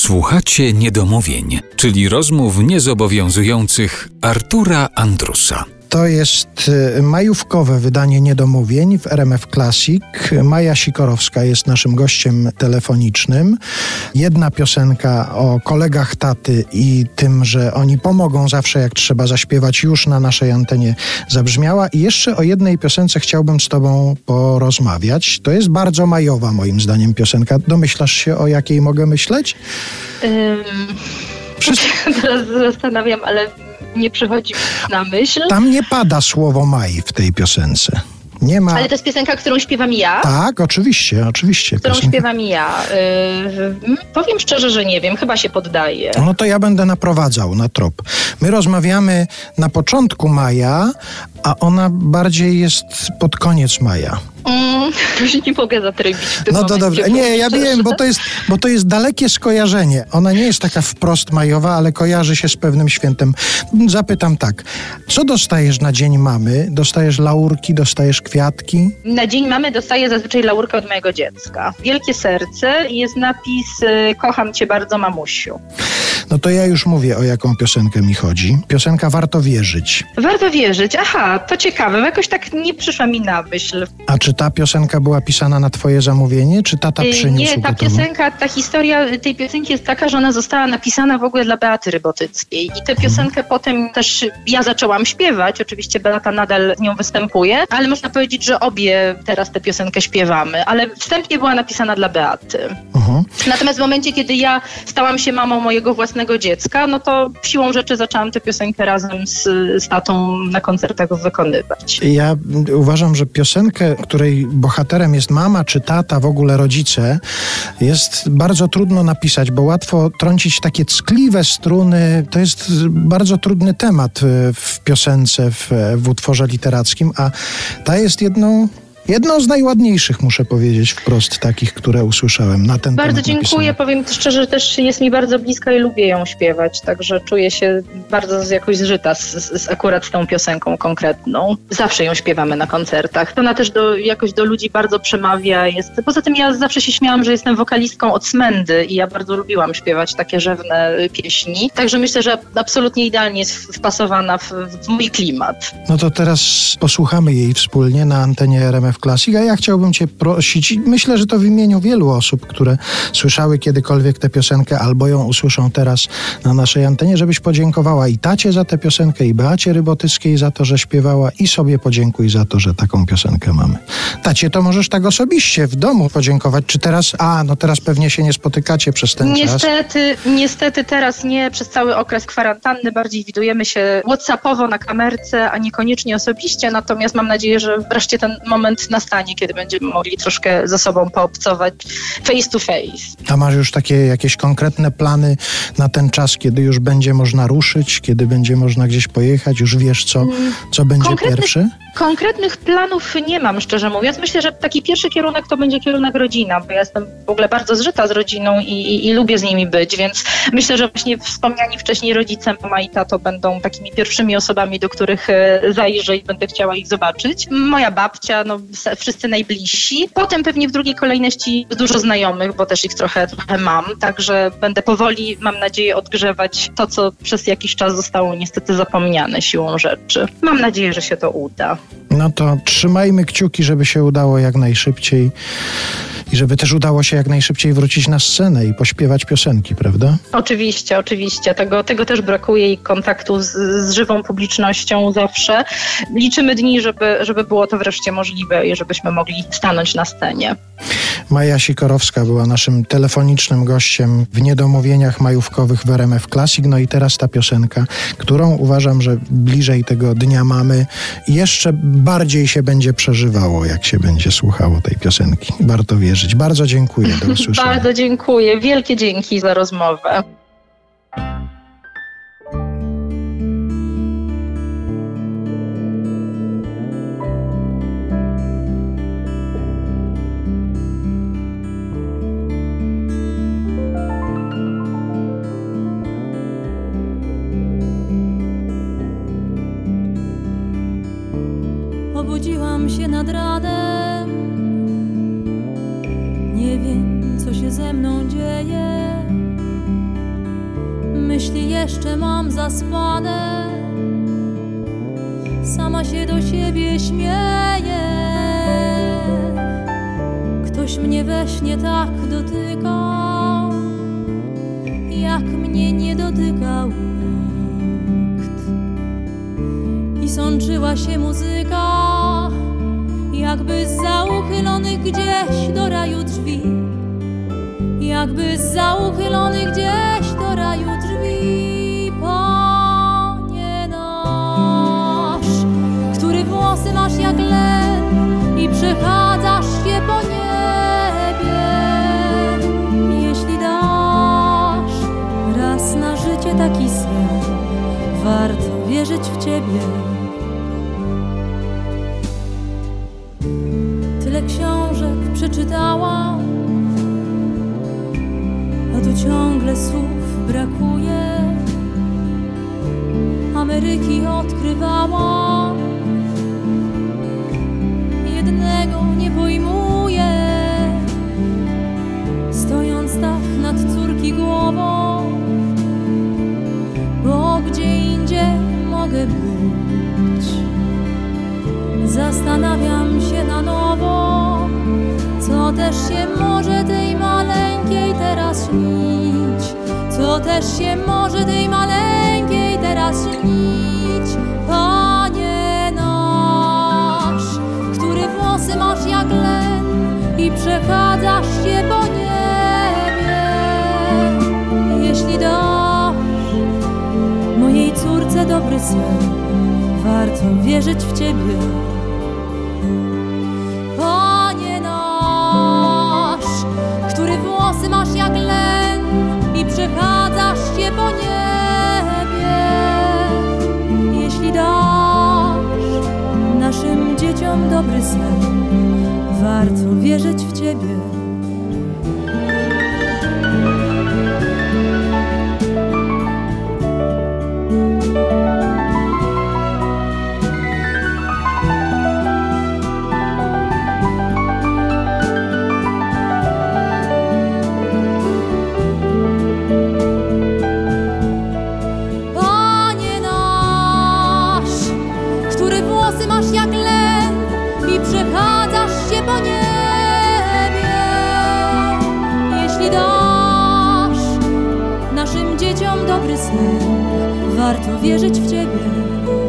Słuchacie Niedomówień, czyli rozmów niezobowiązujących Artura Andrusa. To jest majówkowe wydanie Niedomówień w RMF Classic. Maja Sikorowska jest naszym gościem telefonicznym. Jedna piosenka o kolegach taty i tym, że oni pomogą zawsze jak trzeba zaśpiewać, już na naszej antenie zabrzmiała. I jeszcze o jednej piosence chciałbym z tobą porozmawiać. To jest bardzo majowa moim zdaniem piosenka. Domyślasz się, o jakiej mogę myśleć? Teraz zastanawiam, ale nie przychodzi mi na myśl. Tam nie pada słowo maj w tej piosence. Nie ma... Ale to jest piosenka, którą śpiewam ja? Tak, oczywiście. Którą śpiewam ja. Powiem szczerze, że nie wiem. Chyba się poddaję. No to ja będę naprowadzał na trop. My rozmawiamy na początku maja, a ona bardziej jest pod koniec maja. Już nie mogę zatrybić w tym No to momencie, dobrze. Nie, ja wiem, bo to jest dalekie skojarzenie. Ona nie jest taka wprost majowa, ale kojarzy się z pewnym świętem. Zapytam tak. Co dostajesz na Dzień Mamy? Dostajesz laurki, dostajesz kwiatki? Na Dzień Mamy dostaję zazwyczaj laurkę od mojego dziecka. Wielkie serce i jest napis kocham cię bardzo, mamusiu. No to ja już mówię, o jaką piosenkę mi chodzi. Piosenka Warto wierzyć. Warto wierzyć. Aha, to ciekawe. Jakoś tak nie przyszła mi na myśl. A czy ta piosenka była pisana na twoje zamówienie, czy tata przyniósł Nie, ta gotową? piosenka, ta historia tej piosenki jest taka, że ona została napisana w ogóle dla Beaty Rybotyckiej. I tę piosenkę potem też ja zaczęłam śpiewać. Oczywiście Beata nadal z nią występuje, ale można powiedzieć, że obie teraz tę piosenkę śpiewamy. Ale wstępnie była napisana dla Beaty. Natomiast w momencie, kiedy ja stałam się mamą mojego własnego dziecka, no to siłą rzeczy zaczęłam tę piosenkę razem z tatą na koncertach wykonywać. Ja uważam, że piosenkę, której bohaterem jest mama czy tata, w ogóle rodzice, jest bardzo trudno napisać, bo łatwo trącić takie ckliwe struny. To jest bardzo trudny temat w piosence, w utworze literackim, a ta jest jedną z najładniejszych, muszę powiedzieć wprost, takich, które usłyszałem na ten Bardzo temat dziękuję, napisane. powiem szczerze, że też jest mi bardzo bliska i lubię ją śpiewać, także czuję się bardzo jakoś zżyta akurat z tą piosenką konkretną. Zawsze ją śpiewamy na koncertach. Ona też jakoś do ludzi bardzo przemawia. Poza tym ja zawsze się śmiałam, że jestem wokalistką od Smendy i ja bardzo lubiłam śpiewać takie rzewne pieśni, także myślę, że absolutnie idealnie jest wpasowana w mój klimat. No to teraz posłuchamy jej wspólnie na antenie RMF Classic, a ja chciałbym cię prosić, myślę, że to w imieniu wielu osób, które słyszały kiedykolwiek tę piosenkę albo ją usłyszą teraz na naszej antenie, żebyś podziękowała i tacie za tę piosenkę, i Beacie Rybotyckiej za to, że śpiewała, i sobie podziękuj za to, że taką piosenkę mamy. Tacie, to możesz tak osobiście w domu podziękować, czy teraz, teraz pewnie się nie spotykacie przez ten czas. Niestety teraz nie, przez cały okres kwarantanny bardziej widujemy się WhatsAppowo na kamerce, a niekoniecznie osobiście, natomiast mam nadzieję, że wreszcie ten moment nastanie, kiedy będziemy mogli troszkę ze sobą poobcować face to face. A masz już takie jakieś konkretne plany na ten czas, kiedy już będzie można ruszyć, kiedy będzie można gdzieś pojechać? Już wiesz, co będzie pierwszy? Konkretnych planów nie mam, szczerze mówiąc. Myślę, że taki pierwszy kierunek to będzie kierunek rodzina, bo ja jestem w ogóle bardzo zżyta z rodziną i lubię z nimi być, więc myślę, że właśnie wspomniani wcześniej rodzice, mama i tato będą takimi pierwszymi osobami, do których zajrzę i będę chciała ich zobaczyć. Moja babcia, wszyscy najbliżsi. Potem pewnie w drugiej kolejności dużo znajomych, bo też ich trochę mam, także będę powoli, mam nadzieję, odgrzewać to, co przez jakiś czas zostało niestety zapomniane siłą rzeczy. Mam nadzieję, że się to uda. No to trzymajmy kciuki, żeby się udało jak najszybciej i żeby też udało się jak najszybciej wrócić na scenę i pośpiewać piosenki, prawda? Oczywiście. Tego też brakuje i kontaktu z żywą publicznością zawsze. Liczymy dni, żeby było to wreszcie możliwe i żebyśmy mogli stanąć na scenie. Maja Sikorowska była naszym telefonicznym gościem w Niedomówieniach majówkowych w RMF Classic. No i teraz ta piosenka, którą uważam, że bliżej tego Dnia Mamy jeszcze bardziej się będzie przeżywało, jak się będzie słuchało tej piosenki. Warto wierzyć. Bardzo dziękuję. Do usłyszenia. Bardzo dziękuję. Wielkie dzięki za rozmowę. Obudziłam się nad ranem, nie wiem, co się ze mną dzieje. jeszcze mam zaspane, sama się do siebie śmieję. Ktoś mnie we śnie tak dotyka, jak mnie nie dotykał nikt. I sączyła się muzyka, jakby zza uchylonych gdzieś do raju drzwi, jakby zza uchylonych gdzieś do raju drzwi. Panie nasz, który włosy masz jak len i przechadzasz się po niebie, jeśli dasz raz na życie taki sen, warto wierzyć w Ciebie. Tyle książek przeczytałam, a tu ciągle słów brakuje. Ameryki odkrywałam, jednego nie pojmuję. Stojąc tak nad córki głową, bo gdzie indziej mogę być. Zastanawiam się na nowo, co też się może tej maleńkiej teraz śnić, co też się może tej maleńkiej teraz śnić. Panie nasz, który włosy masz jak len i przechadzasz się po niebie, jeśli dasz mojej córce dobry sen, warto wierzyć w Ciebie. Panie nasz, który włosy masz jak len i przechadzasz się po niebie, jeśli dasz naszym dzieciom dobry sen, warto wierzyć w Ciebie. Przechadzasz się po niebie, jeśli dasz naszym dzieciom dobry sen, warto wierzyć w Ciebie.